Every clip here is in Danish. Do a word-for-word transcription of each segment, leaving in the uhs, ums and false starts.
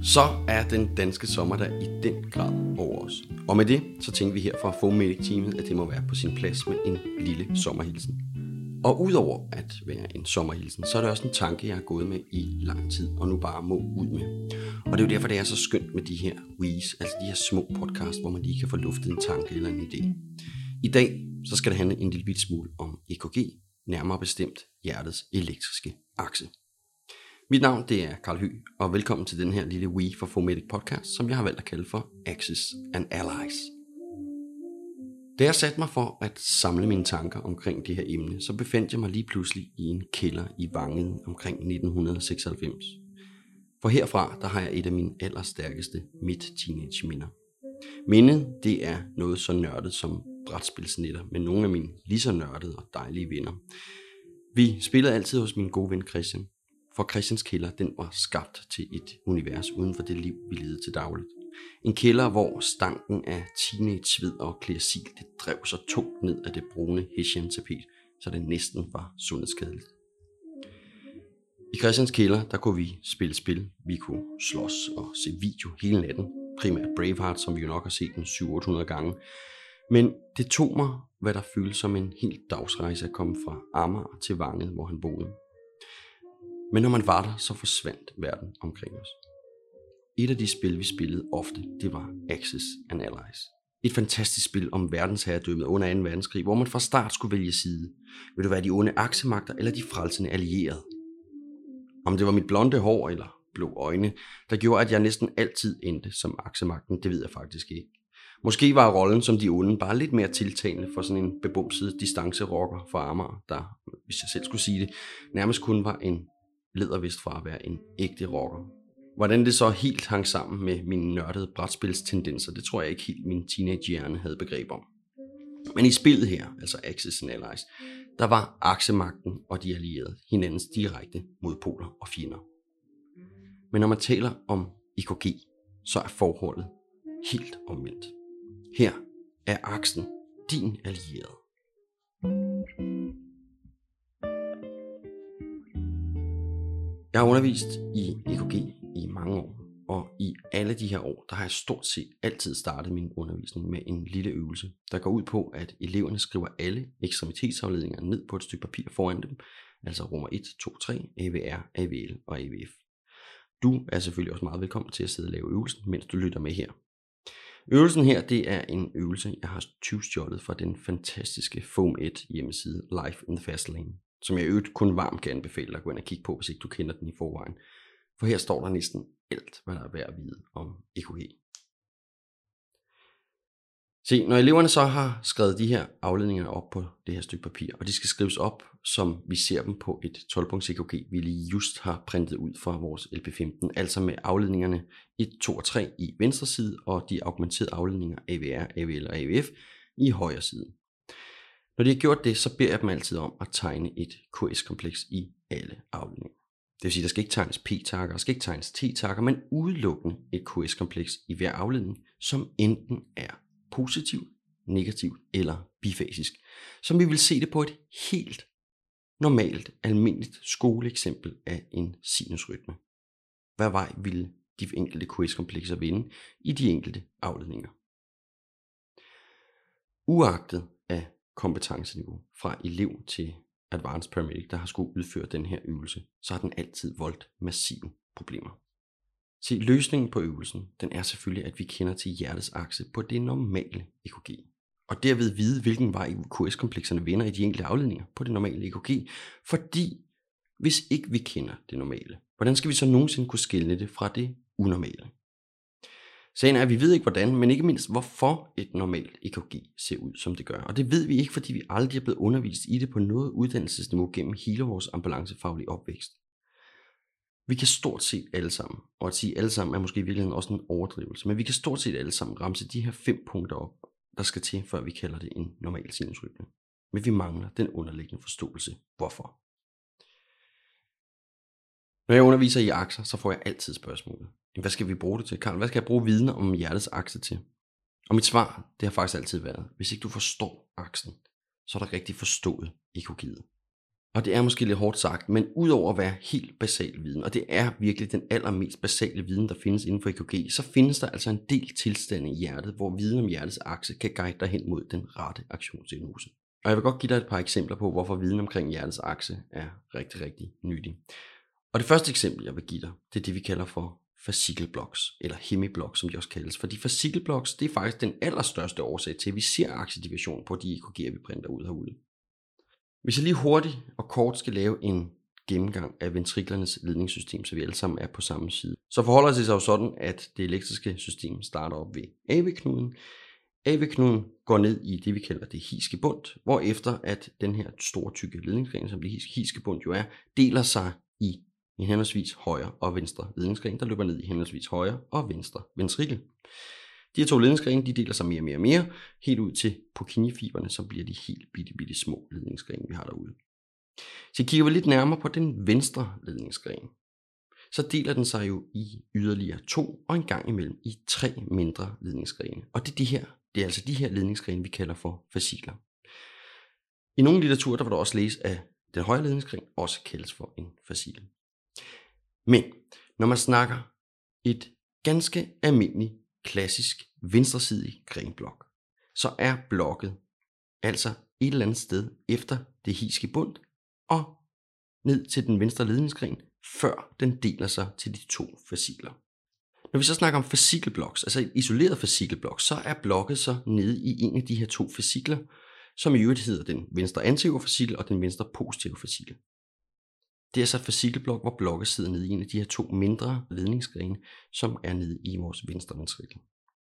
Så er den danske sommer der i den grad over os. Og med det, så tænker vi her fra FOAMedic-teamet, at det må være på sin plads med en lille sommerhilsen. Og udover at være en sommerhilsen, så er det også en tanke, jeg har gået med i lang tid, og nu bare må ud med. Og det er jo derfor, det er så skønt med de her wees, altså de her små podcasts, hvor man lige kan få luftet en tanke eller en idé. I dag, så skal det handle en lille bit smule om E K G, nærmere bestemt hjertets elektriske akse. Mit navn det er Karl Høgh, og velkommen til den her lille Wii for FOAMedic podcast, som jeg har valgt at kalde for Axis and Allies. Da jeg satte mig for at samle mine tanker omkring det her emne, så befandt jeg mig lige pludselig i en kælder i Vangen omkring nitten seksoghalvfems. For herfra, der har jeg et af mine allerstærkeste midt-teenage minder. Mindet, det er noget så nørdet som brætspilsnetter med nogle af mine lige så nørdede og dejlige venner. Vi spillede altid hos min gode ven Christian. For Christians kælder, den var skabt til et univers uden for det liv, vi levede til dagligt. En kælder, hvor stanken af teenage sved og kleasil, det drev så tungt ned af det brune hessian-tapet, så det næsten var sundhedsskadeligt. I Christians kælder, der kunne vi spille spil, vi kunne slås og se video hele natten, primært Braveheart, som vi jo nok har set den syv hundrede otte hundrede gange. Men det tog mig, hvad der føltes som en helt dagsrejse at komme fra Amager til Vangen, hvor han boede. Men når man var der, så forsvandt verden omkring os. Et af de spil, vi spillede ofte, det var Axis and Allies. Et fantastisk spil om verdensherredømmet under anden verdenskrig, hvor man fra start skulle vælge side. Vil det være de onde aksemagter eller de frelsende allierede? Om det var mit blonde hår eller blå øjne, der gjorde, at jeg næsten altid endte som aksemagten, det ved jeg faktisk ikke. Måske var rollen som de onde bare lidt mere tiltalende for sådan en bebumset distancerocker fra Amager, der, hvis jeg selv skulle sige det, nærmest kun var en ledervist fra at være en ægte rocker. Hvordan det så helt hang sammen med mine nørdede brætspilstendenser, det tror jeg ikke helt min teenagehjerne havde begreb om. Men i spillet her, altså Axis and Allies, der var aksemagten og de allierede hinandens direkte modpoler og fjender. Men når man taler om E K G, så er forholdet helt omvendt. Her er aksen din allierede. Jeg har undervist i E K G i mange år, og i alle de her år, der har jeg stort set altid startet min undervisning med en lille øvelse, der går ud på, at eleverne skriver alle ekstremitetsafledninger ned på et stykke papir foran dem, altså rummer et, to, tre, A V R, A V L og A V F. Du er selvfølgelig også meget velkommen til at sidde og lave øvelsen, mens du lytter med her. Øvelsen her, det er en øvelse, jeg har tyvstjålet fra den fantastiske FOAMED hjemmeside Life in the Fast Lane, som jeg øvrigt kun varmt kan anbefale dig at gå ind og kigge på, hvis ikke du kender den i forvejen. For her står der næsten alt, hvad der er værd at vide om E K G. Se, når eleverne så har skrevet de her afledninger op på det her stykke papir, og de skal skrives op, som vi ser dem på et tolv-punkts E K G, vi lige just har printet ud fra vores L P femten, altså med afledningerne et, to og tre i venstre side, og de augmenterede afledninger A V R, A V L og A V F i højre side. Når de har gjort det, så beder jeg dem altid om at tegne et K S-kompleks i alle afledninger. Det vil sige, at der skal ikke tegnes P-takker, der skal ikke tegnes T-takker, men udelukkende et K S-kompleks i hver afledning, som enten er positivt, negativt eller bifasisk. Som vi vil se det på et helt normalt, almindeligt skoleeksempel af en sinusrytme. Hvad vej ville de enkelte K S-komplekser vende i de enkelte afledninger? Uagtet af kompetenceniveau fra elev til advanced paramedic, der har skulle udføre den her øvelse, så har den altid voldt massive problemer. Se, løsningen på øvelsen, den er selvfølgelig, at vi kender til hjertets akse på det normale E K G. Og derved vide, hvilken vej K S-komplekserne vender i de enkelte afledninger på det normale E K G. Fordi hvis ikke vi kender det normale, hvordan skal vi så nogensinde kunne skelne det fra det unormale? Sagen er, at vi ved ikke hvordan, men ikke mindst hvorfor et normalt E K G ser ud, som det gør. Og det ved vi ikke, fordi vi aldrig er blevet undervist i det på noget uddannelsesniveau gennem hele vores ambulancefaglige opvækst. Vi kan stort set alle sammen, og at sige alle sammen er måske i virkeligheden også en overdrivelse, men vi kan stort set alle sammen ramse de her fem punkter op, der skal til, før vi kalder det en normal sinusrytme. Men vi mangler den underliggende forståelse. Hvorfor? Når jeg underviser i akser, så får jeg altid spørgsmålet. Hvad skal vi bruge det til, Karl? Hvad skal jeg bruge viden om hjertets akse til? Og mit svar, det har faktisk altid været, hvis ikke du forstår aksen, så er der rigtig forstået E K G'et. Og det er måske lidt hårdt sagt, men udover at være helt basal viden, og det er virkelig den allermest basale viden, der findes inden for E K G, så findes der altså en del tilstande i hjertet, hvor viden om hjertets akse kan guide dig hen mod den rette aktionsdiagnose. Og jeg vil godt give dig et par eksempler på, hvorfor viden omkring hjertets akse er rigtig, rigtig nyttig. Og det første eksempel, jeg vil give dig, det er det, vi kalder for fascikelbloks, eller hemiblocks, som de også kaldes. Fordi fascikelbloks, det er faktisk den allerstørste årsag til, at vi ser aksedeviation på de E K G'er, vi printer ud herude. Hvis jeg lige hurtigt og kort skal lave en gennemgang af ventriklernes ledningssystem, så vi alle sammen er på samme side, så forholder det sig jo sådan, at det elektriske system starter op ved A V-knuden. A V-knuden går ned i det, vi kalder det hiske bund, hvorefter at den her store tykke ledningsgren, som det hiske bund jo er, deler sig i i henholdsvis højre og venstre ledningsgren, der løber ned i henholdsvis højre og venstre ventrikel. De her to ledningsgrene, de deler sig mere og mere og mere, helt ud til Purkinje-fiberne, så bliver de helt bitte, bitte små ledningsgrene, vi har derude. Så kigger vi lidt nærmere på den venstre ledningsgren, så deler den sig jo i yderligere to og en gang imellem i tre mindre ledningsgrene. Og det er, de her, det er altså de her ledningsgrene, vi kalder for fascikler. I nogle litteratur, der vil du også læse, at den højre ledningsgren også kaldes for en fascikel. Men når man snakker et ganske almindeligt, klassisk venstresidig grenblok, så er blokket altså et eller andet sted efter det hiske bund og ned til den venstre ledningsgren, før den deler sig til de to fascikler. Når vi så snakker om fascikelbloks, altså et isoleret fascikelblok, så er blokket så nede i en af de her to fascikler, som i øvrigt hedder den venstre anterior fascikel og den venstre posterior fascikel. Det er så et fascikelblok, hvor blokket sidder nede i en af de her to mindre ledningsgrene, som er nede i vores venstre ventrikel.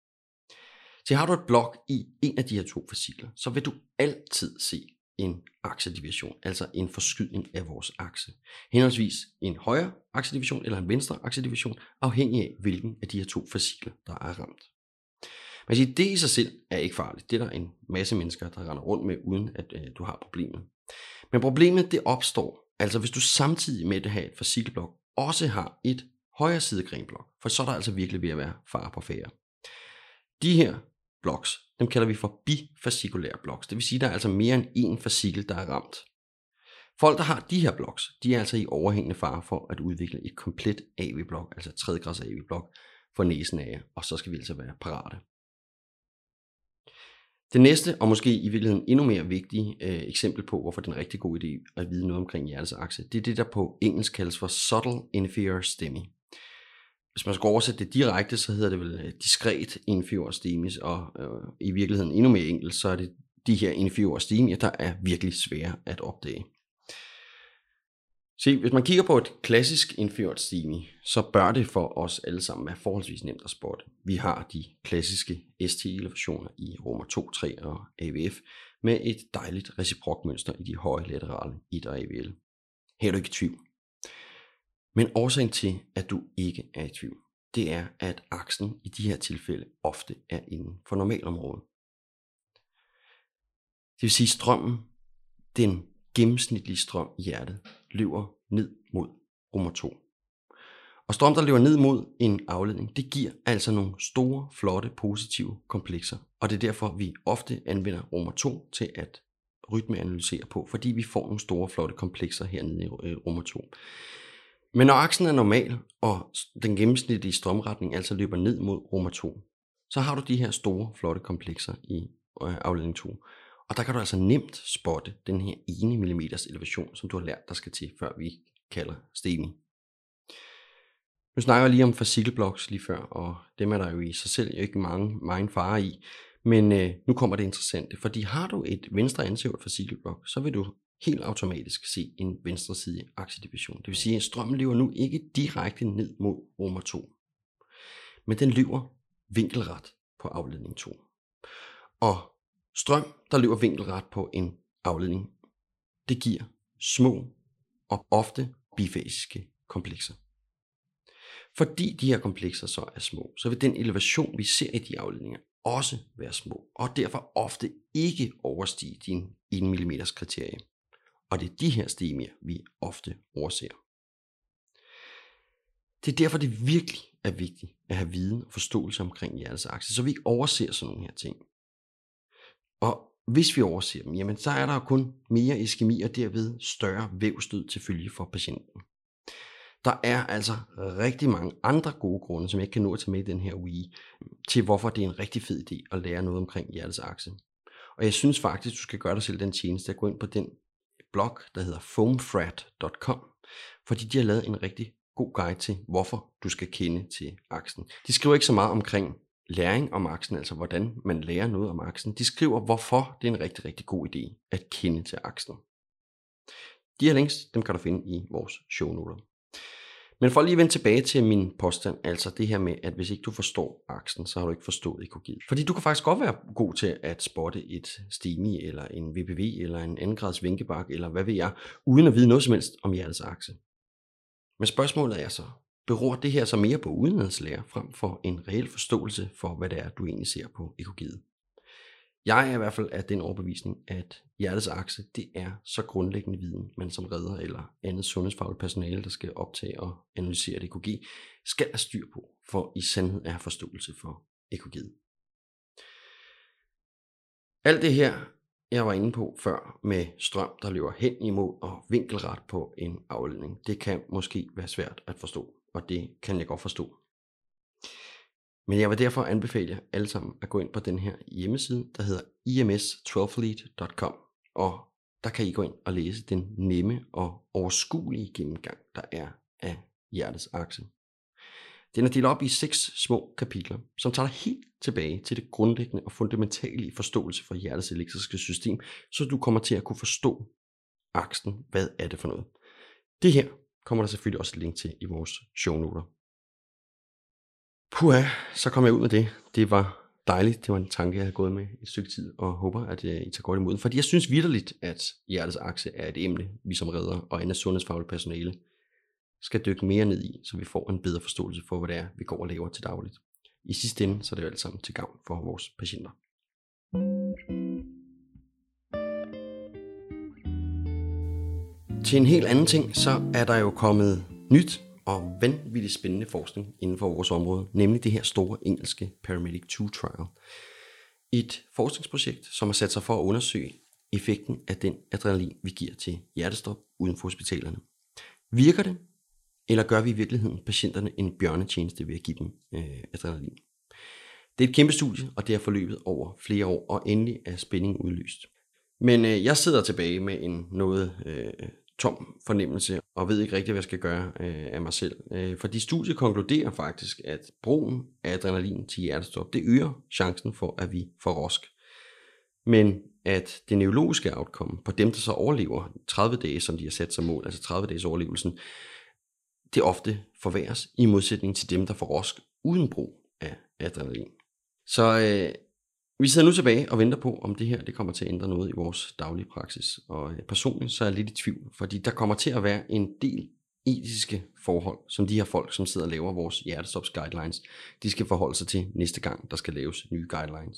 Så har du et blok i en af de her to fascikler, så vil du altid se en aksedeviation, altså en forskydning af vores akse. Henholdsvis en højre aksedeviation eller en venstre aksedeviation, afhængig af hvilken af de her to fascikler, der er ramt. Man siger, det i sig selv er ikke farligt. Det er der en masse mennesker, der render rundt med, uden at øh, du har problemet. Men problemet det opstår, altså hvis du samtidig med at have et fascikelblok også har et højre sidegrenblok, for så er der altså virkelig ved at være fare på færde. De her bloks, dem kalder vi for bifascikulære bloks. Det vil sige, at der er altså mere end én fascikel, der er ramt. Folk, der har de her bloks, de er altså i overhængende fare for at udvikle et komplet A V-blok, altså tredje grads A V-blok for næsen af, og så skal vi altså være parate. Det næste, og måske i virkeligheden endnu mere vigtige øh, eksempel på, hvorfor det er en rigtig god idé at vide noget omkring hjertets akse, det er det, der på engelsk kaldes for subtle inferior stemi. Hvis man skal oversætte det direkte, så hedder det vel diskret inferior stemis, og øh, i virkeligheden endnu mere enkelt, så er det de her inferior stemier, der er virkelig svære at opdage. Se, hvis man kigger på et klassisk inferior stemi, så bør det for os alle sammen være forholdsvis nemt at spotte. Vi har de klassiske S T-elevationer i romer to, tre og A V F med et dejligt reciprokmønster i de høje laterale et og A V L. Her er du ikke i tvivl. Men årsagen til, at du ikke er i tvivl, det er, at aksen i de her tilfælde ofte er inden for normalområdet. Det vil sige, at strømmen, den gennemsnitlige strøm i hjertet, løber ned mod romer to. Og strøm, der løber ned mod en afledning, det giver altså nogle store, flotte, positive komplekser. Og det er derfor, vi ofte anvender romer to til at rytmeanalysere på, fordi vi får nogle store, flotte komplekser hernede i romer to. Men når aksen er normal, og den gennemsnitlige strømretning altså løber ned mod romer to, så har du de her store, flotte komplekser i afledning to. Og der kan du altså nemt spotte den her ene millimeters elevation, som du har lært, der skal til, før vi kalder stemi. Nu snakker jeg lige om fascikelbloks lige før, og dem er der jo i sig selv ikke mange, mange fare i. Men øh, nu kommer det interessante, fordi har du et venstre anteriort fascikelblok, så vil du helt automatisk se en venstresidig aksedeviation. Det vil sige, at strømmen løber nu ikke direkte ned mod romer to, men den løber vinkelret på afledning to. Og strøm, der løber vinkelret på en afledning, det giver små og ofte bifasiske komplekser. Fordi de her komplekser så er små, så vil den elevation, vi ser i de afledninger, også være små, og derfor ofte ikke overstige din en millimeters kriterie. Og det er de her stemier, vi ofte overser. Det er derfor, det virkelig er vigtigt at have viden og forståelse omkring hjertets akse, så vi ikke overser sådan nogle her ting. Og hvis vi overser dem, jamen så er der jo kun mere iskemi og derved større vævsdød til følge for patienten. Der er altså rigtig mange andre gode grunde, som jeg ikke kan nå at tage med i den her uge, til hvorfor det er en rigtig fed idé at lære noget omkring hjertets akse. Og jeg synes faktisk, du skal gøre dig selv den tjeneste at gå ind på den blog, der hedder foamfrat punktum com, fordi de har lavet en rigtig god guide til, hvorfor du skal kende til aksen. De skriver ikke så meget omkring læring om aksen, altså hvordan man lærer noget om aksen. De skriver, hvorfor det er en rigtig, rigtig god idé at kende til aksen. De her links, dem kan du finde i vores shownoter. Men for lige at vende tilbage til min påstand, altså det her med, at hvis ikke du forstår aksen, så har du ikke forstået ekogiet. Fordi du kan faktisk godt være god til at spotte et STEMI, eller en V P V, eller en anden grads vinkebakke, eller hvad ved jeg, uden at vide noget som helst om hjertets akse. Men spørgsmålet er så, beror det her så mere på udenadslære, frem for en reel forståelse for, hvad det er, du egentlig ser på ekogiet? Jeg er i hvert fald af den overbevisning, at hjertets akse, det er så grundlæggende viden, man som redder eller andet sundhedsfagligt personale, der skal optage og analysere et E K G, skal have styr på, for i sandhed er forståelse for E K G'et. Alt det her, jeg var inde på før med strøm, der løber hen imod og vinkelret på en afledning, det kan måske være svært at forstå, og det kan jeg godt forstå. Men jeg vil derfor anbefale jer alle sammen at gå ind på den her hjemmeside, der hedder I M S twelve lead punktum com, og der kan I gå ind og læse den nemme og overskuelige gennemgang, der er af hjertets akse. Den er delt op i seks små kapitler, som tager dig helt tilbage til det grundlæggende og fundamentale i forståelse for hjertets elektriske system, så du kommer til at kunne forstå aksen. Hvad er det for noget? Det her kommer der selvfølgelig også et link til i vores shownoter. Puha, så kom jeg ud med det. Det var dejligt. Det var en tanke, jeg havde gået med et stykke tid, og håber, at I tager godt imod den. Fordi jeg synes vitterligt, at hjertets akse er et emne, vi som redder og andet sundhedsfagligt personale skal dykke mere ned i, så vi får en bedre forståelse for, hvad det er, vi går og laver til dagligt. I sidste ende, så er det jo alt sammen til gavn for vores patienter. Til en helt anden ting, så er der jo kommet nyt og vanvittigt spændende forskning inden for vores område, nemlig det her store engelske Paramedic to trial. Et forskningsprojekt, som har sat sig for at undersøge effekten af den adrenalin, vi giver til hjertestop uden for hospitalerne. Virker det, eller gør vi i virkeligheden patienterne en bjørnetjeneste ved at give dem øh, adrenalin? Det er et kæmpe studie, og det er forløbet over flere år, og endelig er spændingen udløst. Men øh, jeg sidder tilbage med en noget øh, tom fornemmelse, og ved ikke rigtig, hvad jeg skal gøre øh, af mig selv. Øh, fordi studiet konkluderer faktisk, at brugen af adrenalin til hjertestop, det øger chancen for, at vi får rosk. Men at det neurologiske outcome på dem, der så overlever tredive dage, som de har sat som mål, altså tredive dages overlevelsen, det ofte forværres i modsætning til dem, der får rosk uden brug af adrenalin. Så øh, vi sidder nu tilbage og venter på, om det her det kommer til at ændre noget i vores daglige praksis. Og øh, personligt så er jeg lidt i tvivl, fordi der kommer til at være en del etiske forhold, som de her folk, som sidder og laver vores hjertestops guidelines, de skal forholde sig til næste gang, der skal laves nye guidelines.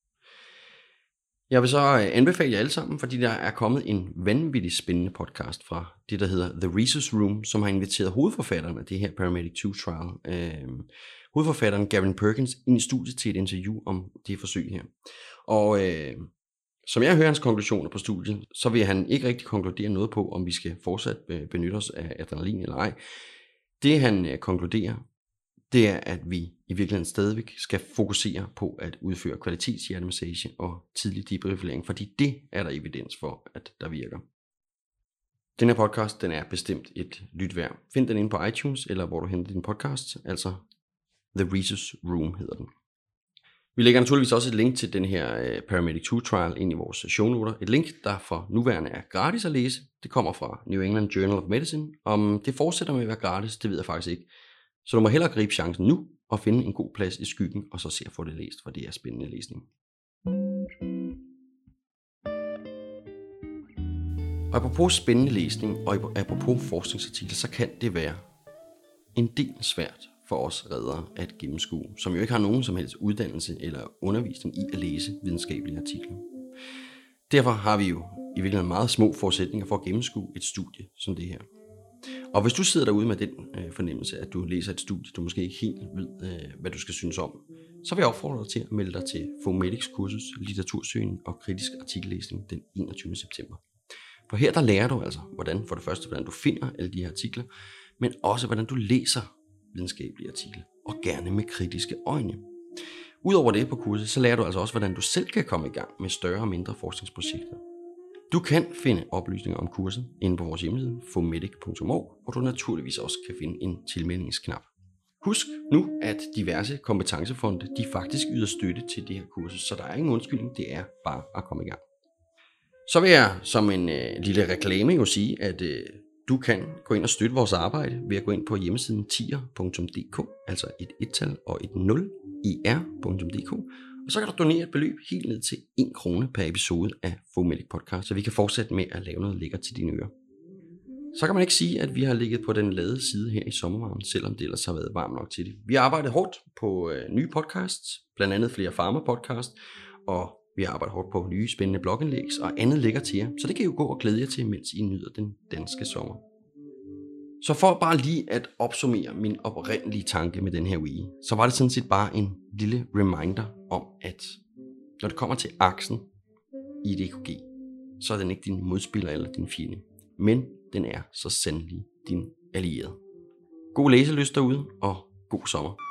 Jeg vil så anbefale jer alle sammen, fordi der er kommet en vanvittig spændende podcast fra det, der hedder The Resus Room, som har inviteret hovedforfatteren af det her Paramedic to trial, øh, hovedforfatteren Gavin Perkins, ind i studiet til et interview om det forsøg her. Og øh, som jeg hører hans konklusioner på studiet, så vil han ikke rigtig konkludere noget på, om vi skal fortsat benytte os af adrenalin eller ej. Det han øh, konkluderer, det er, at vi i virkeligheden stadigvæk skal fokusere på at udføre kvalitetshjertemassage og tidlig debriefing, fordi det er der evidens for, at der virker. Den her podcast, den er bestemt et lyt værd. Find den inde på iTunes, eller hvor du henter din podcast, altså The Resus Room hedder den. Vi lægger naturligvis også et link til den her Paramedic to trial ind i vores shownoter. Et link, der for nuværende er gratis at læse. Det kommer fra New England Journal of Medicine. Om det fortsætter med at være gratis, det ved jeg faktisk ikke. Så du må hellere gribe chancen nu og finde en god plads i skyggen, og så se at få det læst, for det er spændende læsning. Og apropos spændende læsning, og apropos forskningsartikler, så kan det være en del svært for os reddere at gennemskue, som jo ikke har nogen som helst uddannelse eller undervisning i at læse videnskabelige artikler. Derfor har vi jo i virkeligheden meget små forudsætninger for at gennemskue et studie som det her. Og hvis du sidder derude med den øh, fornemmelse, at du læser et studie, du måske ikke helt ved, øh, hvad du skal synes om, så vil jeg opfordre dig til at melde dig til Fomedics kursus Litteratursøgning og kritisk artikellæsning den enogtyvende september. For her der lærer du altså, hvordan for det første, hvordan du finder alle de her artikler, men også hvordan du læser videnskabelige artikler, og gerne med kritiske øjne. Udover det på kurset, så lærer du altså også, hvordan du selv kan komme i gang med større og mindre forskningsprojekter. Du kan finde oplysninger om kurset inde på vores hjemmeside fomedic punktum org, hvor du naturligvis også kan finde en tilmeldingsknap. Husk nu, at diverse kompetencefonde de faktisk yder støtte til det her kursus, så der er ingen undskyldning, det er bare at komme i gang. Så vil jeg som en øh, lille reklame jo sige, at øh, du kan gå ind og støtte vores arbejde ved at gå ind på hjemmesiden tier punktum d k, altså et et-tal og et nul, ir punktum d k, og så kan du donere et beløb helt ned til en krone per episode af Fomedic Podcast, så vi kan fortsætte med at lave noget lækkert til dine ører. Så kan man ikke sige, at vi har ligget på den lade side her i sommervarmen, selvom det ellers har været varmt nok til det. Vi har arbejdet hårdt på øh, nye podcasts, blandt andet flere farmer-podcast, og vi har arbejdet hårdt på nye spændende blogindlæg og andet lækker til jer, så det kan I jo gå og glæde jer til, mens I nyder den danske sommer. Så for bare lige at opsummere min oprindelige tanke med den her uge, så var det sådan set bare en lille reminder om, at når det kommer til aksen i et E K G, så er den ikke din modspiller eller din fjende, men den er så sandelig din allierede. God læselyst derude, og god sommer.